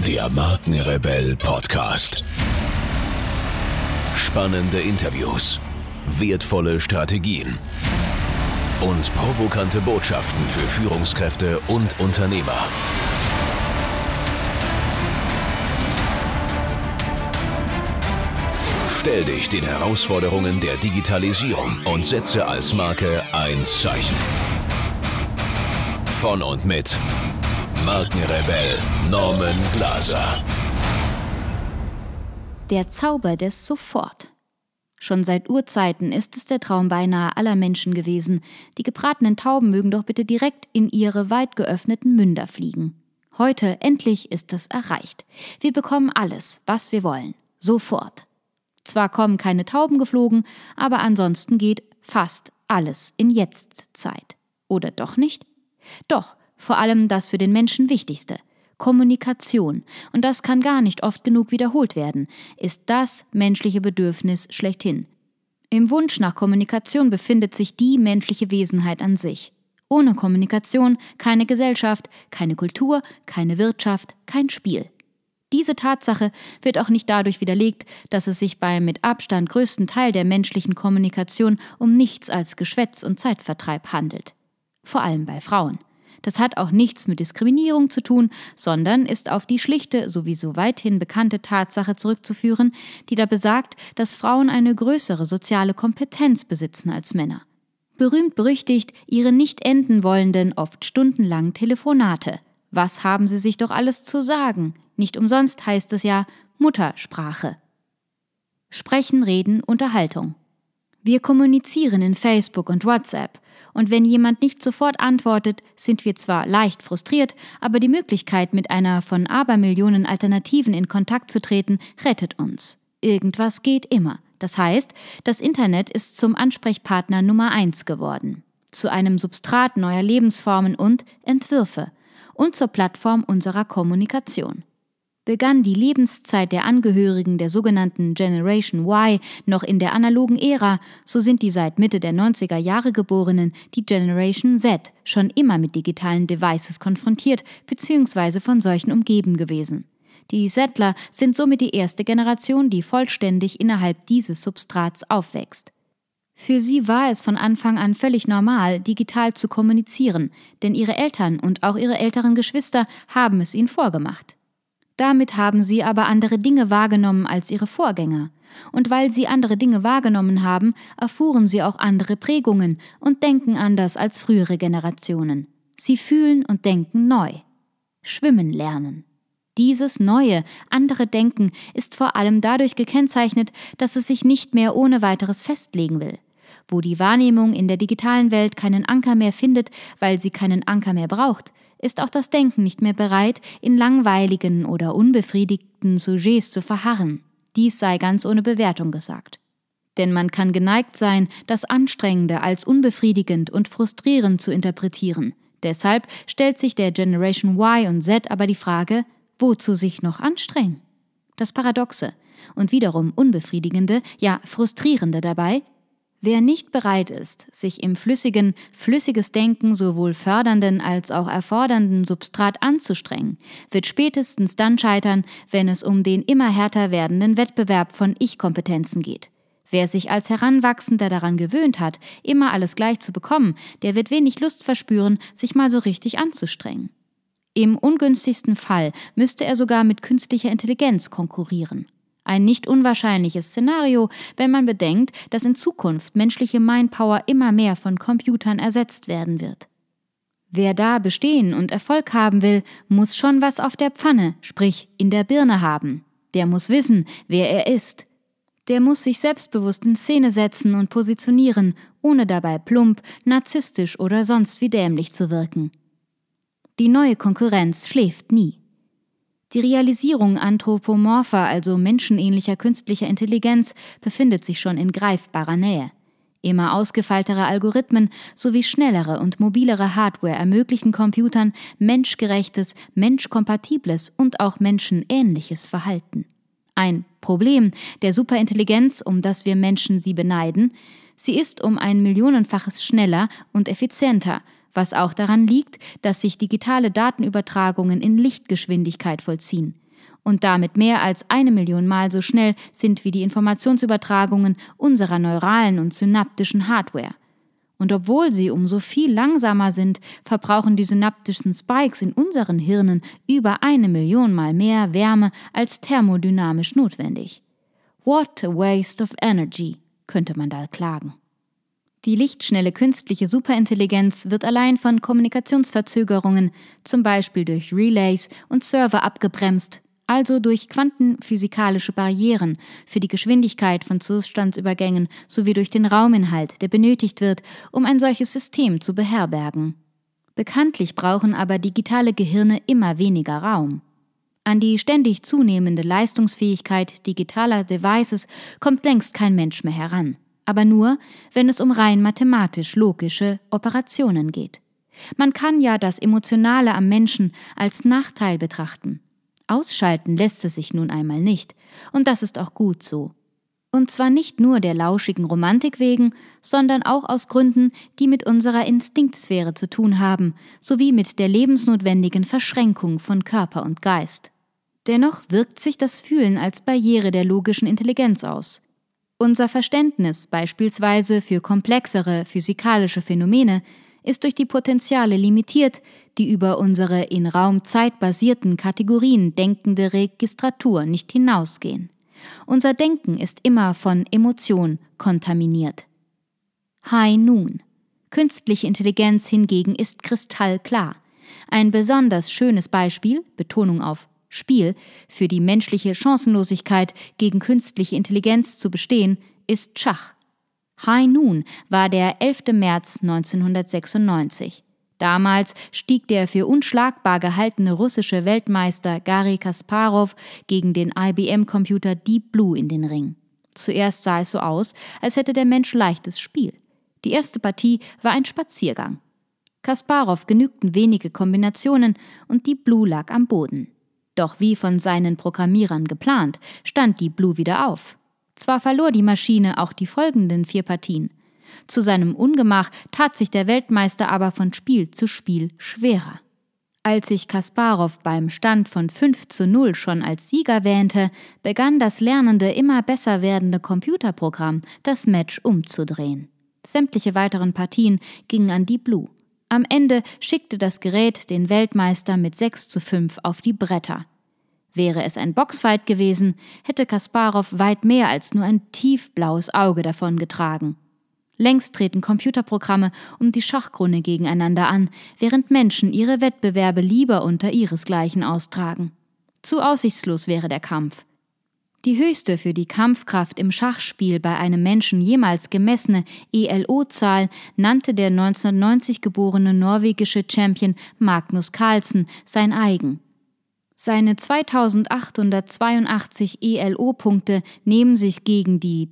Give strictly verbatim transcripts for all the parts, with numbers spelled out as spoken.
Der Markenrebell Podcast. Spannende Interviews, wertvolle Strategien und provokante Botschaften für Führungskräfte und Unternehmer. Stell dich den Herausforderungen der Digitalisierung und setze als Marke ein Zeichen. Von und mit Markenrebell Norman Glaser. Der Zauber des Sofort. Schon seit Urzeiten ist es der Traum beinahe aller Menschen gewesen. Die gebratenen Tauben mögen doch bitte direkt in ihre weit geöffneten Münder fliegen. Heute, endlich, ist es erreicht. Wir bekommen alles, was wir wollen. Sofort. Zwar kommen keine Tauben geflogen, aber ansonsten geht fast alles in Jetztzeit. Oder doch nicht? Doch, vor allem das für den Menschen Wichtigste. Kommunikation, und das kann gar nicht oft genug wiederholt werden, ist das menschliche Bedürfnis schlechthin. Im Wunsch nach Kommunikation befindet sich die menschliche Wesenheit an sich. Ohne Kommunikation keine Gesellschaft, keine Kultur, keine Wirtschaft, kein Spiel. Diese Tatsache wird auch nicht dadurch widerlegt, dass es sich beim mit Abstand größten Teil der menschlichen Kommunikation um nichts als Geschwätz und Zeitvertreib handelt. Vor allem bei Frauen. Das hat auch nichts mit Diskriminierung zu tun, sondern ist auf die schlichte, sowieso weithin bekannte Tatsache zurückzuführen, die da besagt, dass Frauen eine größere soziale Kompetenz besitzen als Männer. Berühmt berüchtigt ihre nicht enden wollenden, oft stundenlangen Telefonate. Was haben sie sich doch alles zu sagen? Nicht umsonst heißt es ja Muttersprache. Sprechen, Reden, Unterhaltung. Wir kommunizieren in Facebook und WhatsApp. Und wenn jemand nicht sofort antwortet, sind wir zwar leicht frustriert, aber die Möglichkeit, mit einer von Abermillionen Alternativen in Kontakt zu treten, rettet uns. Irgendwas geht immer. Das heißt, das Internet ist zum Ansprechpartner Nummer eins geworden. Zu einem Substrat neuer Lebensformen und Entwürfe. Und zur Plattform unserer Kommunikation. Begann die Lebenszeit der Angehörigen der sogenannten Generation Y noch in der analogen Ära, so sind die seit Mitte der neunziger Jahre Geborenen, die Generation Z, schon immer mit digitalen Devices konfrontiert bzw. von solchen umgeben gewesen. Die Zettler sind somit die erste Generation, die vollständig innerhalb dieses Substrats aufwächst. Für sie war es von Anfang an völlig normal, digital zu kommunizieren, denn ihre Eltern und auch ihre älteren Geschwister haben es ihnen vorgemacht. Damit haben sie aber andere Dinge wahrgenommen als ihre Vorgänger. Und weil sie andere Dinge wahrgenommen haben, erfuhren sie auch andere Prägungen und denken anders als frühere Generationen. Sie fühlen und denken neu. Schwimmen lernen. Dieses neue, andere Denken ist vor allem dadurch gekennzeichnet, dass es sich nicht mehr ohne weiteres festlegen will. Wo die Wahrnehmung in der digitalen Welt keinen Anker mehr findet, weil sie keinen Anker mehr braucht, ist auch das Denken nicht mehr bereit, in langweiligen oder unbefriedigten Sujets zu verharren. Dies sei ganz ohne Bewertung gesagt. Denn man kann geneigt sein, das Anstrengende als unbefriedigend und frustrierend zu interpretieren. Deshalb stellt sich der Generation Y und Z aber die Frage, wozu sich noch anstrengen? Das Paradoxe und wiederum Unbefriedigende, ja Frustrierende dabei: Wer nicht bereit ist, sich im flüssigen, flüssiges Denken sowohl fördernden als auch erfordernden Substrat anzustrengen, wird spätestens dann scheitern, wenn es um den immer härter werdenden Wettbewerb von Ich-Kompetenzen geht. Wer sich als Heranwachsender daran gewöhnt hat, immer alles gleich zu bekommen, der wird wenig Lust verspüren, sich mal so richtig anzustrengen. Im ungünstigsten Fall müsste er sogar mit künstlicher Intelligenz konkurrieren. Ein nicht unwahrscheinliches Szenario, wenn man bedenkt, dass in Zukunft menschliche Mindpower immer mehr von Computern ersetzt werden wird. Wer da bestehen und Erfolg haben will, muss schon was auf der Pfanne, sprich in der Birne haben. Der muss wissen, wer er ist. Der muss sich selbstbewusst in Szene setzen und positionieren, ohne dabei plump, narzisstisch oder sonst wie dämlich zu wirken. Die neue Konkurrenz schläft nie. Die Realisierung anthropomorpher, also menschenähnlicher künstlicher Intelligenz, befindet sich schon in greifbarer Nähe. Immer ausgefeiltere Algorithmen sowie schnellere und mobilere Hardware ermöglichen Computern menschgerechtes, menschkompatibles und auch menschenähnliches Verhalten. Ein Problem der Superintelligenz, um das wir Menschen sie beneiden: Sie ist um ein Millionenfaches schneller und effizienter, was auch daran liegt, dass sich digitale Datenübertragungen in Lichtgeschwindigkeit vollziehen. Und damit mehr als eine Million Mal so schnell sind wie die Informationsübertragungen unserer neuralen und synaptischen Hardware. Und obwohl sie umso viel langsamer sind, verbrauchen die synaptischen Spikes in unseren Hirnen über eine Million Mal mehr Wärme als thermodynamisch notwendig. What a waste of energy, könnte man da klagen. Die lichtschnelle künstliche Superintelligenz wird allein von Kommunikationsverzögerungen, zum Beispiel durch Relays und Server abgebremst, also durch quantenphysikalische Barrieren für die Geschwindigkeit von Zustandsübergängen sowie durch den Rauminhalt, der benötigt wird, um ein solches System zu beherbergen. Bekanntlich brauchen aber digitale Gehirne immer weniger Raum. An die ständig zunehmende Leistungsfähigkeit digitaler Devices kommt längst kein Mensch mehr heran. Aber nur, wenn es um rein mathematisch-logische Operationen geht. Man kann ja das Emotionale am Menschen als Nachteil betrachten. Ausschalten lässt es sich nun einmal nicht, und das ist auch gut so. Und zwar nicht nur der lauschigen Romantik wegen, sondern auch aus Gründen, die mit unserer Instinktsphäre zu tun haben, sowie mit der lebensnotwendigen Verschränkung von Körper und Geist. Dennoch wirkt sich das Fühlen als Barriere der logischen Intelligenz aus. Unser Verständnis beispielsweise für komplexere physikalische Phänomene ist durch die Potenziale limitiert, die über unsere in Raum-Zeit basierten Kategorien denkende Registratur nicht hinausgehen. Unser Denken ist immer von Emotion kontaminiert. High Noon. Künstliche Intelligenz hingegen ist kristallklar. Ein besonders schönes Beispiel, Betonung auf Spiel, für die menschliche Chancenlosigkeit gegen künstliche Intelligenz zu bestehen, ist Schach. High Noon war der elfter März neunzehnhundertsechsundneunzig. Damals stieg der für unschlagbar gehaltene russische Weltmeister Garri Kasparow gegen den I B M-Computer Deep Blue in den Ring. Zuerst sah es so aus, als hätte der Mensch leichtes Spiel. Die erste Partie war ein Spaziergang. Kasparow genügten wenige Kombinationen und Deep Blue lag am Boden. Doch wie von seinen Programmierern geplant, stand Deep Blue wieder auf. Zwar verlor die Maschine auch die folgenden vier Partien. Zu seinem Ungemach tat sich der Weltmeister aber von Spiel zu Spiel schwerer. Als sich Kasparow beim Stand von fünf zu null schon als Sieger wähnte, begann das lernende, immer besser werdende Computerprogramm, das Match umzudrehen. Sämtliche weiteren Partien gingen an Deep Blue. Am Ende schickte das Gerät den Weltmeister mit sechs zu fünf auf die Bretter. Wäre es ein Boxfight gewesen, hätte Kasparow weit mehr als nur ein tiefblaues Auge davongetragen. Längst treten Computerprogramme um die Schachkrone gegeneinander an, während Menschen ihre Wettbewerbe lieber unter ihresgleichen austragen. Zu aussichtslos wäre der Kampf. Die höchste für die Kampfkraft im Schachspiel bei einem Menschen jemals gemessene E L O-Zahl nannte der neunzehnhundertneunzig geborene norwegische Champion Magnus Carlsen sein eigen. Seine zweitausendachthundertzweiundachtzig E L O-Punkte nehmen sich gegen die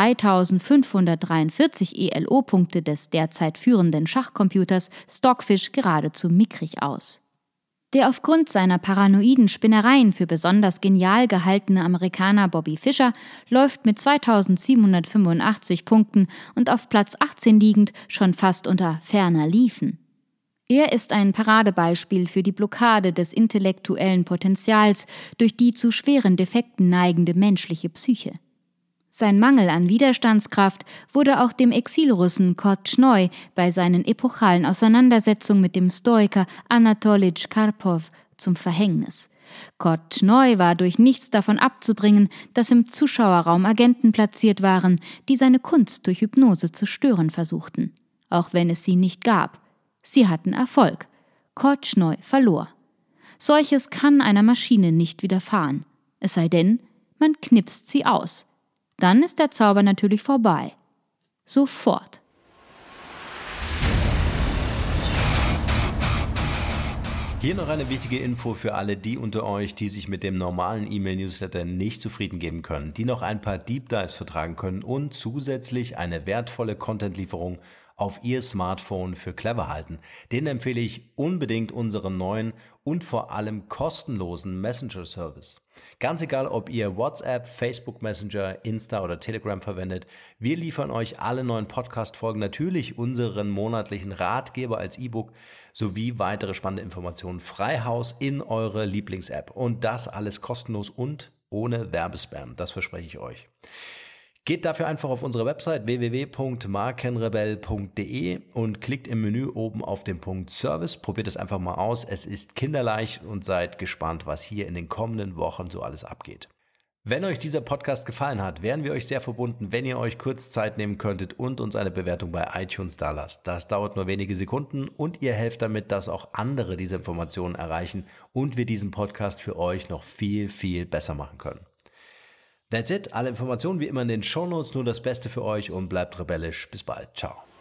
dreitausendfünfhundertdreiundvierzig E L O-Punkte des derzeit führenden Schachcomputers Stockfish geradezu mickrig aus. Der aufgrund seiner paranoiden Spinnereien für besonders genial gehaltene Amerikaner Bobby Fischer läuft mit zweitausendsiebenhundertfünfundachtzig Punkten und auf Platz achtzehn liegend schon fast unter ferner liefen. Er ist ein Paradebeispiel für die Blockade des intellektuellen Potenzials durch die zu schweren Defekten neigende menschliche Psyche. Sein Mangel an Widerstandskraft wurde auch dem Exilrussen Kortschnoi bei seinen epochalen Auseinandersetzungen mit dem Stoiker Anatolij Karpow zum Verhängnis. Kortschnoi war durch nichts davon abzubringen, dass im Zuschauerraum Agenten platziert waren, die seine Kunst durch Hypnose zu stören versuchten. Auch wenn es sie nicht gab. Sie hatten Erfolg. Kortschnoi verlor. Solches kann einer Maschine nicht widerfahren. Es sei denn, man knipst sie aus. Dann ist der Zauber natürlich vorbei. Sofort. Hier noch eine wichtige Info für alle die unter euch, die sich mit dem normalen E-Mail-Newsletter nicht zufrieden geben können, die noch ein paar Deep Dives vertragen können und zusätzlich eine wertvolle Content-Lieferung auf Ihr Smartphone für clever halten. Den empfehle ich unbedingt unseren neuen und vor allem kostenlosen Messenger-Service. Ganz egal, ob ihr WhatsApp, Facebook Messenger, Insta oder Telegram verwendet, wir liefern euch alle neuen Podcast-Folgen, natürlich unseren monatlichen Ratgeber als E-Book sowie weitere spannende Informationen frei Haus in eure Lieblings-App. Und das alles kostenlos und ohne Werbespam, das verspreche ich euch. Geht dafür einfach auf unsere Website w w w punkt markenrebell punkt d e und klickt im Menü oben auf den Punkt Service. Probiert es einfach mal aus. Es ist kinderleicht und seid gespannt, was hier in den kommenden Wochen so alles abgeht. Wenn euch dieser Podcast gefallen hat, wären wir euch sehr verbunden, wenn ihr euch kurz Zeit nehmen könntet und uns eine Bewertung bei iTunes dalasst. Das dauert nur wenige Sekunden und ihr helft damit, dass auch andere diese Informationen erreichen und wir diesen Podcast für euch noch viel, viel besser machen können. That's it. Alle Informationen wie immer in den Shownotes. Nur das Beste für euch und bleibt rebellisch. Bis bald. Ciao.